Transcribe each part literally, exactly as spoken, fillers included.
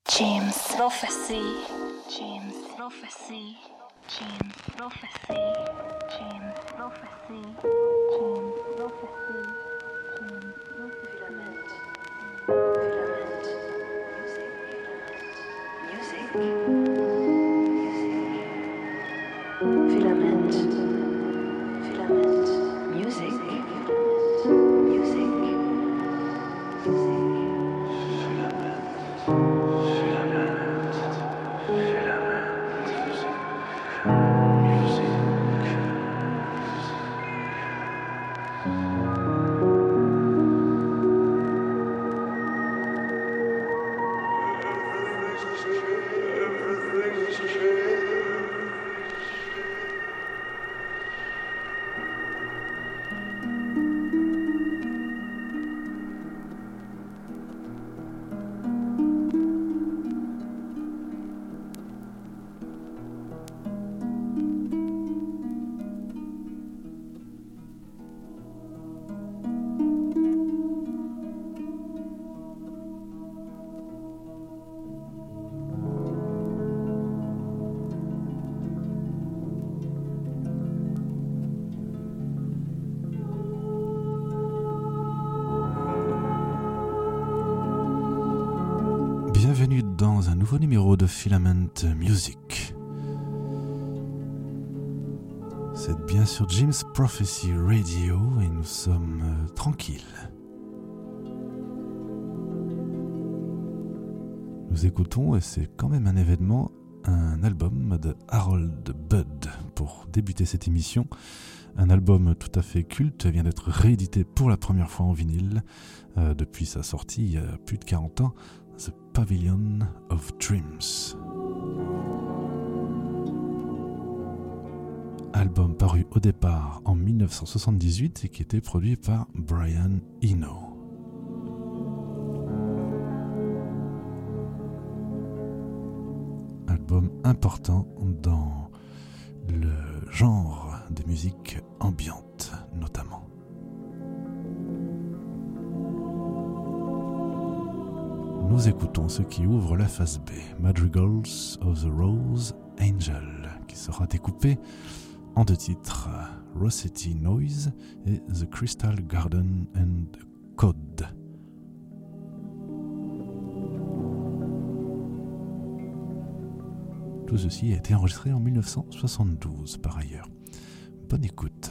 James Prophecy. James Prophecy. James Prophecy. James Prophecy. James Prophecy. James Filament. Filament. Music. Music. Filament. Filament. Music. Music. Music. Bienvenue dans un nouveau numéro de Filament Music. C'est bien sûr James Prophecy Radio et nous sommes euh, tranquilles. Nous écoutons, et c'est quand même un événement, un album de Harold Budd pour débuter cette émission. Un album tout à fait culte vient d'être réédité pour la première fois en vinyle euh, depuis sa sortie il y a plus de quarante ans. The Pavilion of Dreams. Album paru au départ en dix-neuf cent soixante-dix-huit et qui était produit par Brian Eno. Album important dans le genre de musique ambiante notamment. Nous écoutons ce qui ouvre la phase B, Madrigals of the Rose Angel, qui sera découpé en deux titres, Rossetti Noise et The Crystal Garden and Code. Tout ceci a été enregistré en dix-neuf cent soixante-douze par ailleurs. Bonne écoute.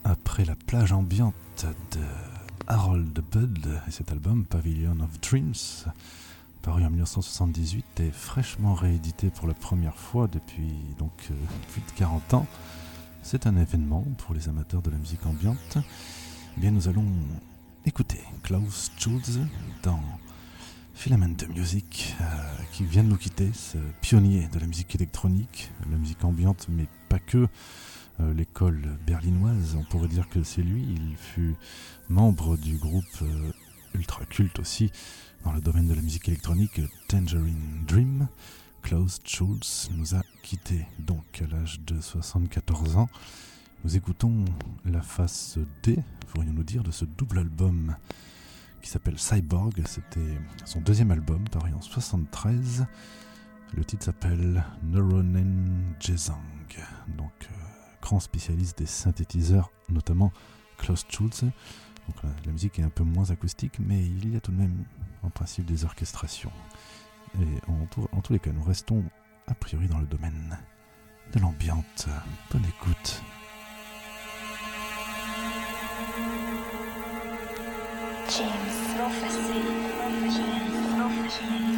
après la plage ambiante de Harold Budd et cet album Pavilion of Dreams, paru en dix-neuf cent soixante-dix-huit et fraîchement réédité pour la première fois depuis donc euh, plus de quarante ans. C'est un événement pour les amateurs de la musique ambiante. Eh bien, nous allons écouter Klaus Schulze dans Filament Music, euh, qui vient de nous quitter, ce pionnier de la musique électronique, la musique ambiante, mais pas que. Euh, l'école berlinoise, on pourrait dire que c'est lui. Il fut membre du groupe euh, ultra culte aussi dans le domaine de la musique électronique, Tangerine Dream. Klaus Schulze nous a quittés donc à l'âge de soixante-quatorze ans. Nous écoutons la face D, pourrions-nous dire, de ce double album qui s'appelle Cyborg. C'était son deuxième album, paru en soixante-treize. Le titre s'appelle Neuronen Gesang. Donc, euh, grand spécialiste des synthétiseurs, notamment Klaus Schulze. Donc la, la musique est un peu moins acoustique, mais il y a tout de même en principe des orchestrations. Et en, tout, en tous les cas, nous restons a priori dans le domaine de l'ambiante. Bonne écoute. James Prophecy. James Prophecy.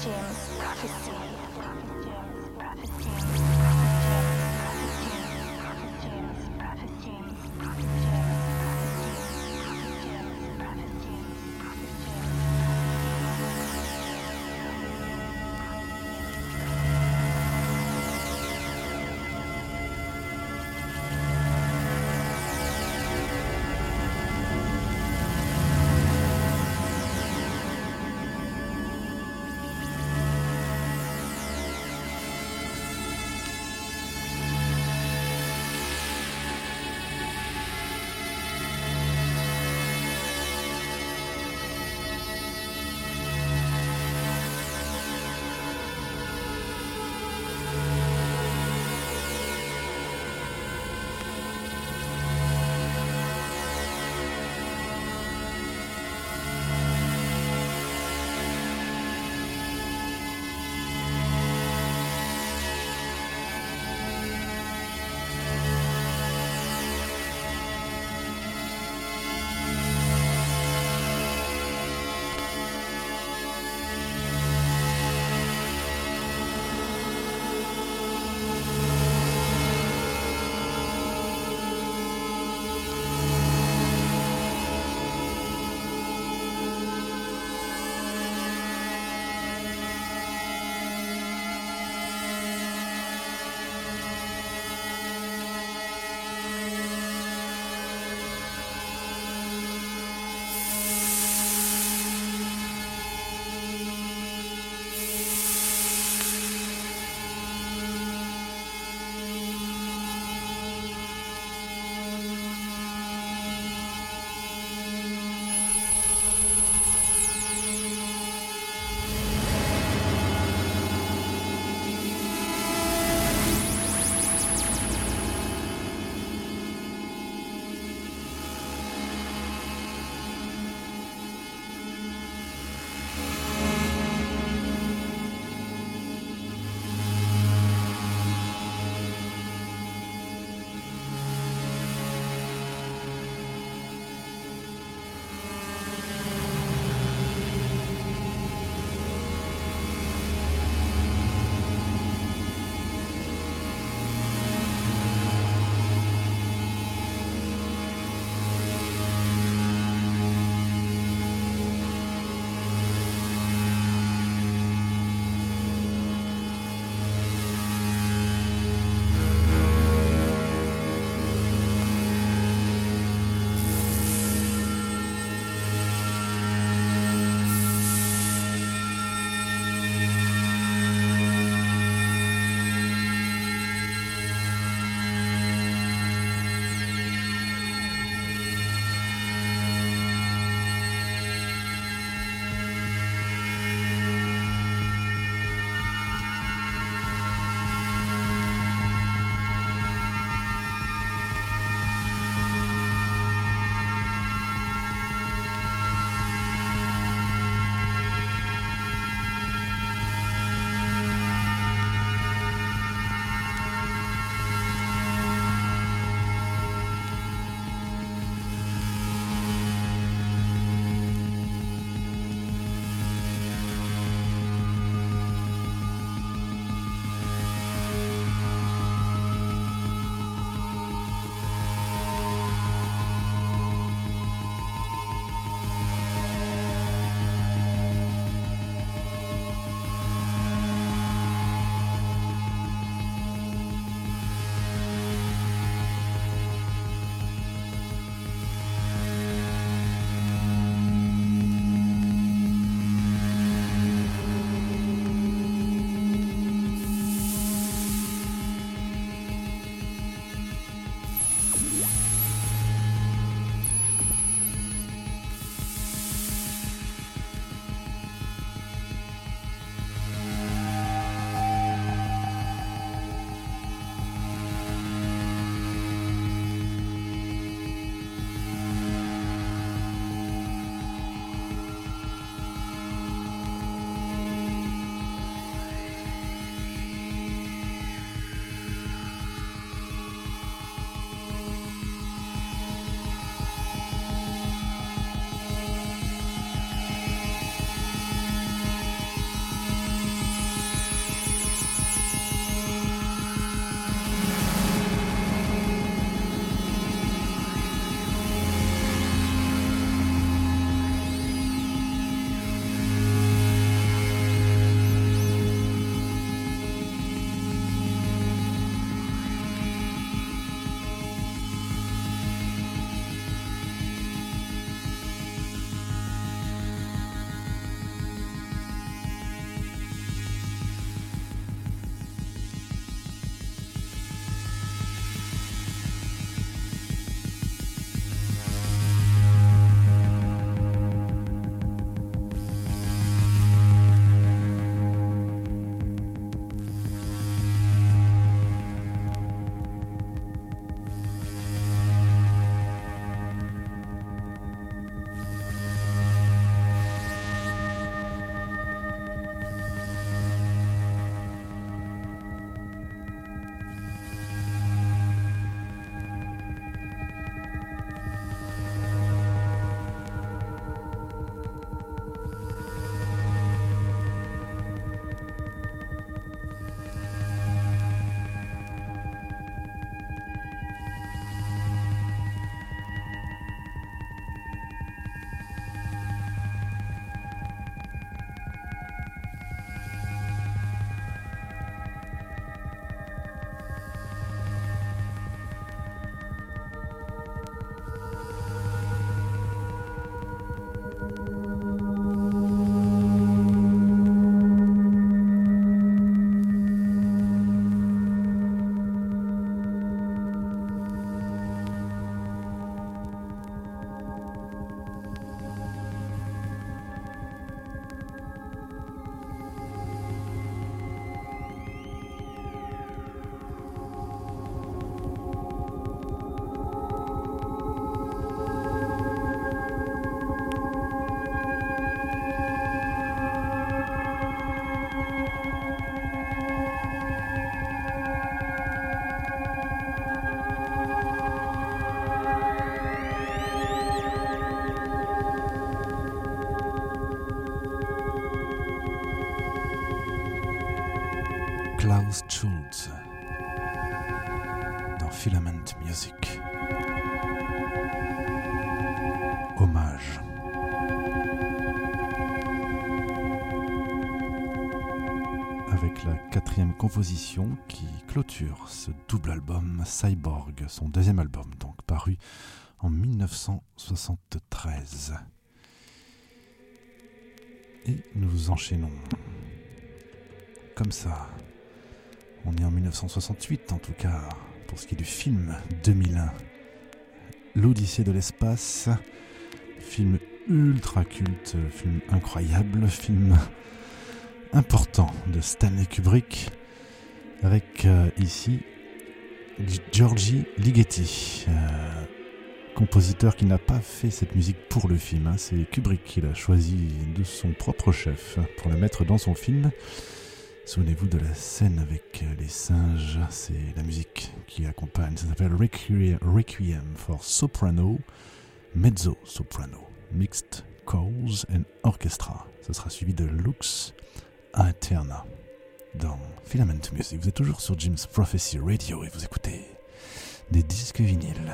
James Prophecy. Klaus Schulze dans Filament Music. Hommage. Avec la quatrième composition qui clôture ce double album Cyborg, son deuxième album, donc paru en dix-neuf cent soixante-treize. Et nous enchaînons comme ça. On est en dix-neuf cent soixante-huit en tout cas, pour ce qui est du film deux mille un. L'Odyssée de l'espace, film ultra culte, film incroyable, film important de Stanley Kubrick, avec euh, ici György Ligeti, euh, compositeur qui n'a pas fait cette musique pour le film, hein. C'est Kubrick qui l'a choisi de son propre chef pour la mettre dans son film. Souvenez-vous de la scène avec les singes, c'est la musique qui accompagne, ça s'appelle Requiem, Requiem for Soprano, Mezzo Soprano, Mixed Chorus and Orchestra. Ça sera suivi de Lux Aeterna dans Filament Music. Vous êtes toujours sur Jim's Prophecy Radio et vous écoutez des disques vinyles.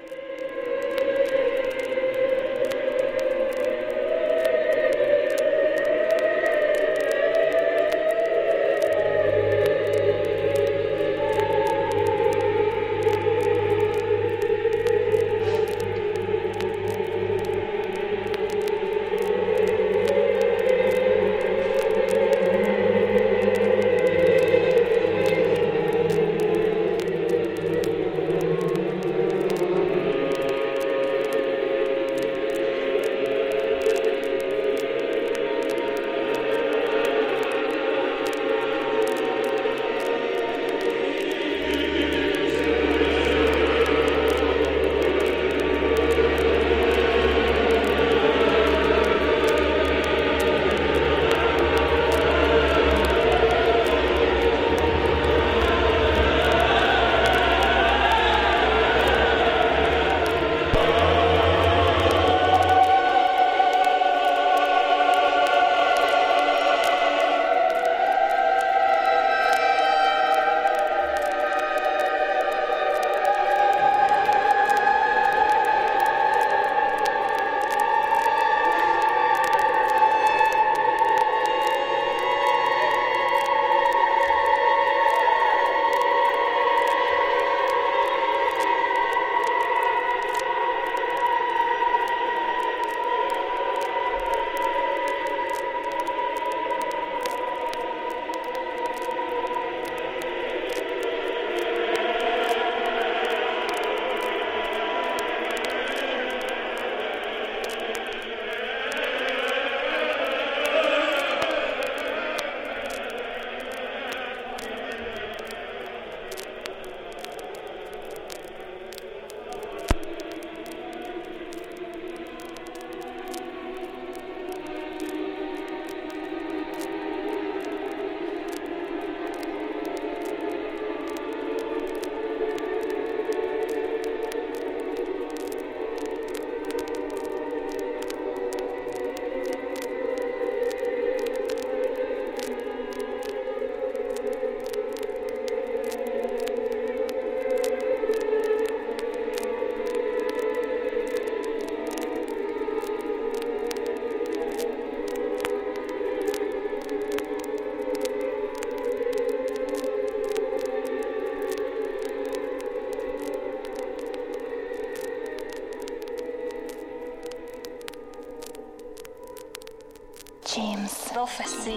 Jim's Prophecy.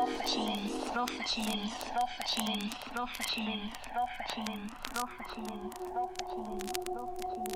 Jim's Prophecy. Jim's Prophecy. Jim's Prophecy. Jim's Prophecy. Jim's Prophecy. Jim's Prophecy.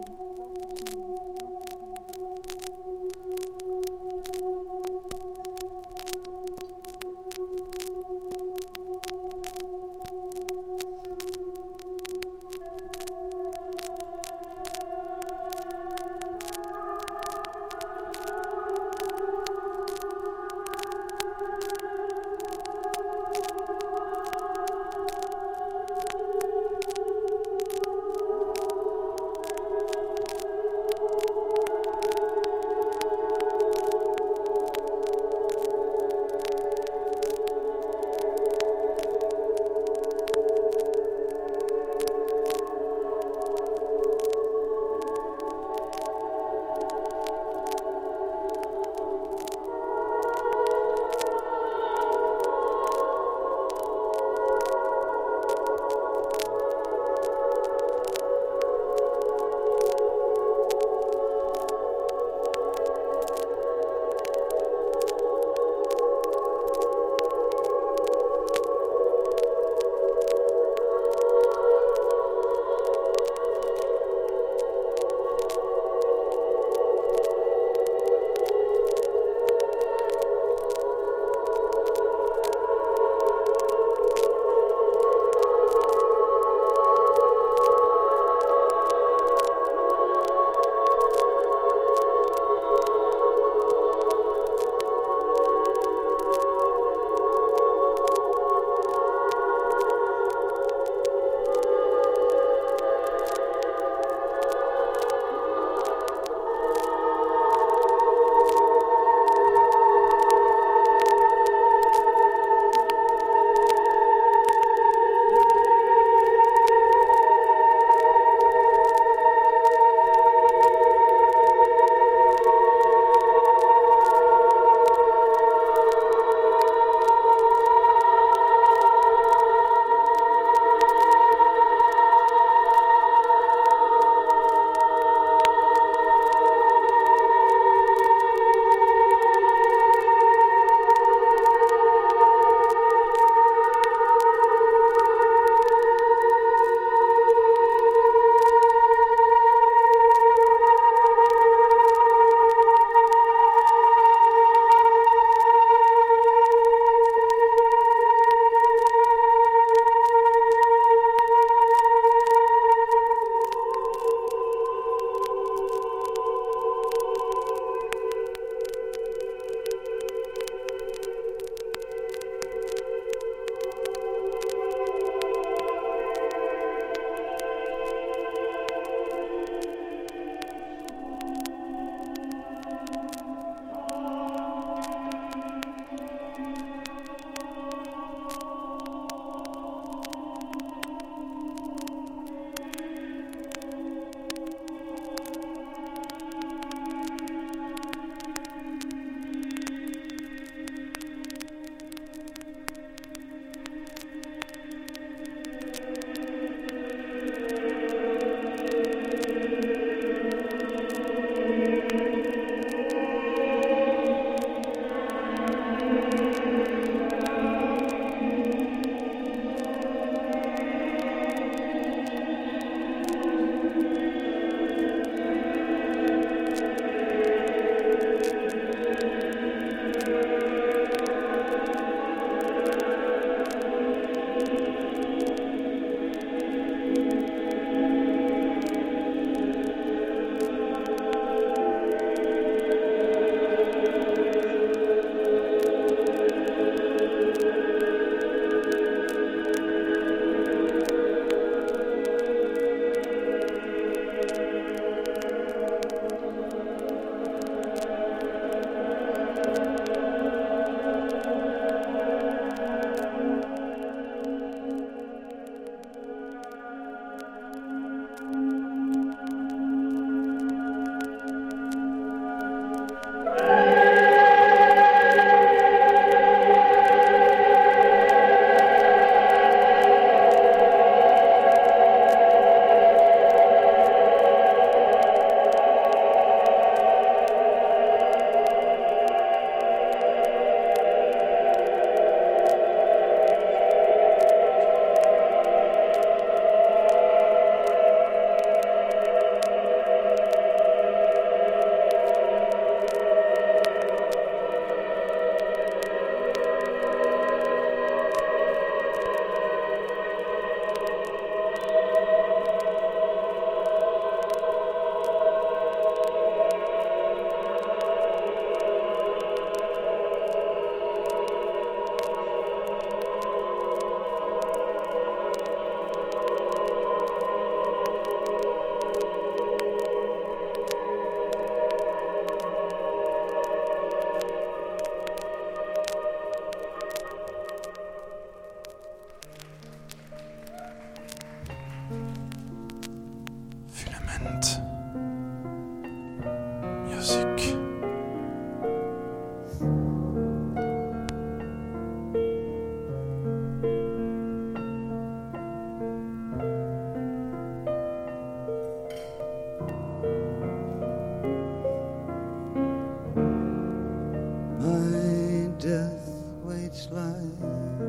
looks like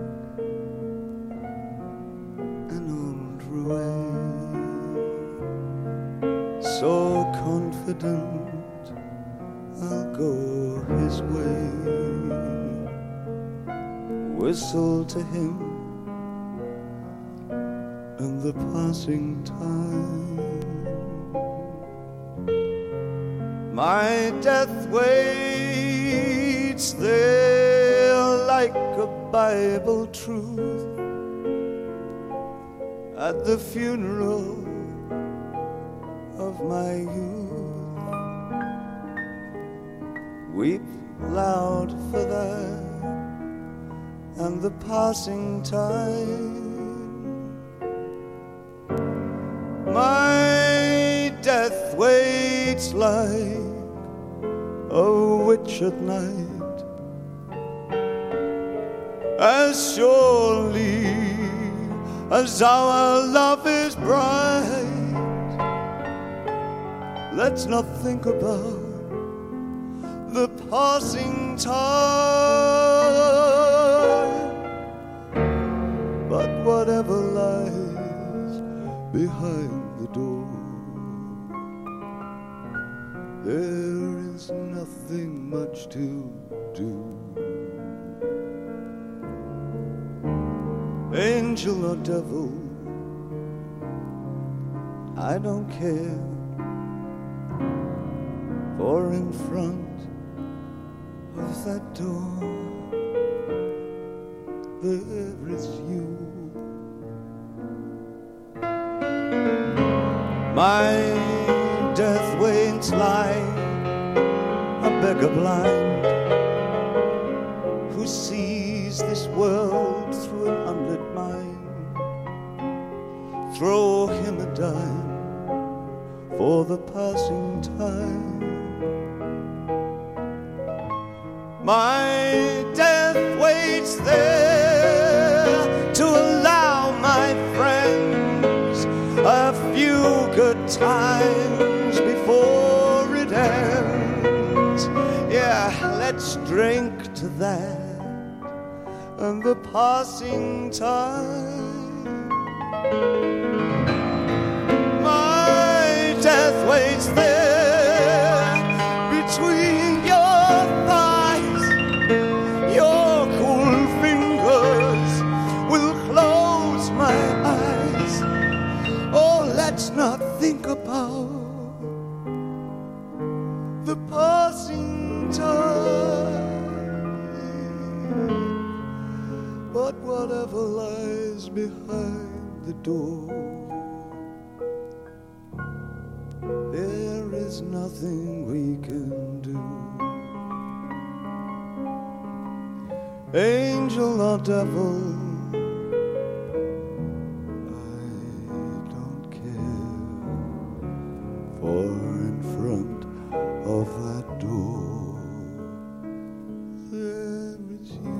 an old ruin, so confident I'll go his way, whistle to him in the passing time. My death waits there like a Bible truth at the funeral of my youth. Weep loud for that and the passing time. My death waits like a witch at night, as surely as our love is bright. Let's not think about the passing time, but whatever lies behind the door, there is nothing much to do. Angel or devil, I don't care, for in front of that door there is you. My death waits like a beggar blind who sees this world through an unlit mind. Throw him a dime for the passing time. My death waits there to allow my friends a few good times before it ends. Yeah, let's drink to that and the passing time. My death waits there between your thighs. Your cool fingers will close my eyes. Oh, let's not think about the passing time, but whatever lies behind the door, there is nothing we can do. Angel or devil, for in front of that door there is you.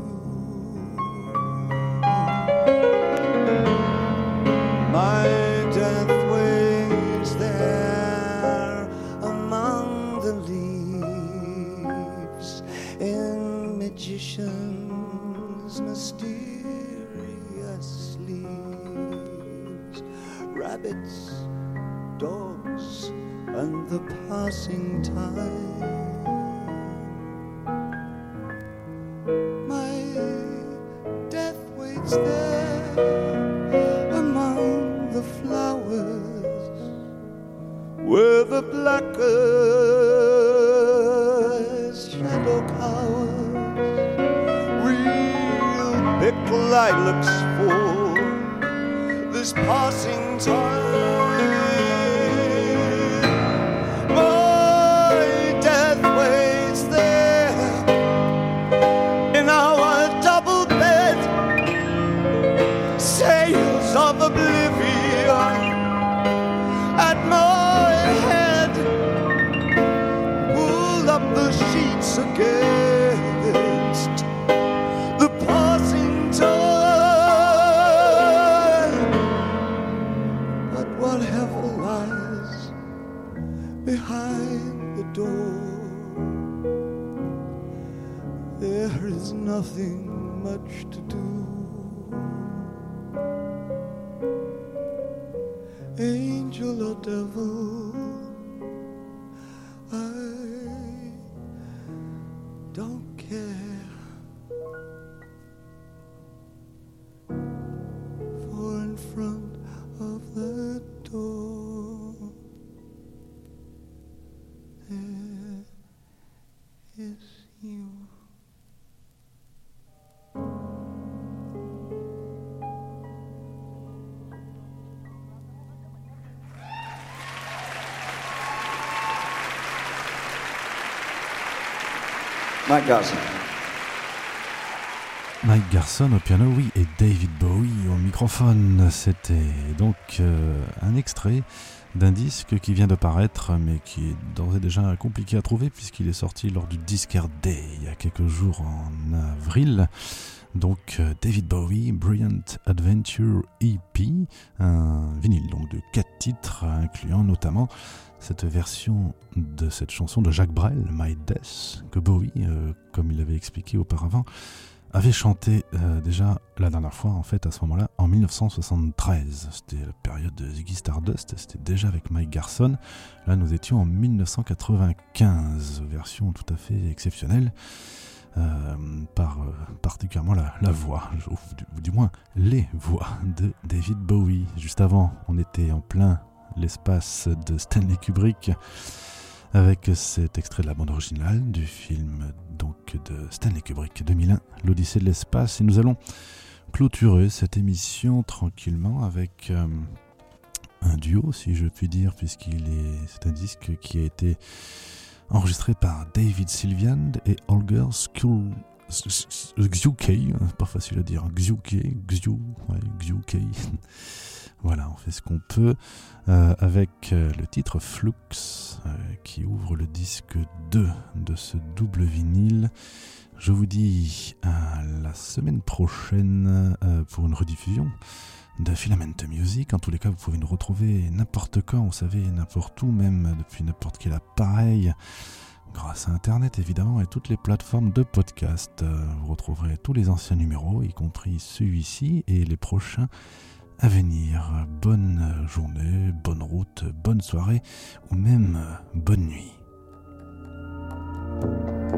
My death waits there among the leaves in magicians' mysterious sleeves. Rabbits, dogs, and the passing time. My death waits there among the flowers where the blackest shadow cowers. Real big lilacs for this passing time. Of oblivion at my head, pull up the sheets against the passing time. But whatever lies behind the door, there is nothing much to do. Angel or devil, I don't care. For in front of the door there is you. Mike Garson. Mike Garson au piano, oui, et David Bowie au microphone. C'était donc euh, un extrait d'un disque qui vient de paraître, mais qui est d'ores et déjà compliqué à trouver puisqu'il est sorti lors du Discard Day il y a quelques jours en avril. Donc euh, David Bowie, Brilliant Adventure E P, un vinyle donc de quatre titres, incluant notamment cette version de cette chanson de Jacques Brel, My Death, que Bowie, euh, comme il l'avait expliqué auparavant, avait chanté euh, déjà la dernière fois, en fait, à ce moment-là, en dix-neuf cent soixante-treize. C'était la période de Ziggy Stardust, c'était déjà avec Mike Garson. Là, nous étions en dix-neuf cent quatre-vingt-quinze, version tout à fait exceptionnelle, euh, par euh, particulièrement la, la voix, ou du, du moins les voix de David Bowie. Juste avant, on était en plein l'espace de Stanley Kubrick, avec cet extrait de la bande originale du film donc de Stanley Kubrick deux mille un, l'Odyssée de l'espace, et nous allons clôturer cette émission tranquillement avec euh, un duo, si je puis dire, puisqu'il est c'est un disque qui a été enregistré par David Sylvian et Holger Skul Xiuke, pas facile à dire, Xiuke, Xiu, ouais, Xiuke. Voilà, on fait ce qu'on peut euh, avec euh, le titre Flux euh, qui ouvre le disque deux de ce double vinyle. Je vous dis à la semaine prochaine euh, pour une rediffusion de Filament Music. En tous les cas, vous pouvez nous retrouver n'importe quand, vous savez, n'importe où, même depuis n'importe quel appareil, grâce à Internet évidemment, et toutes les plateformes de podcast. Euh, vous retrouverez tous les anciens numéros, y compris celui-ci et les prochains à venir. Bonne journée, bonne route, bonne soirée ou même bonne nuit.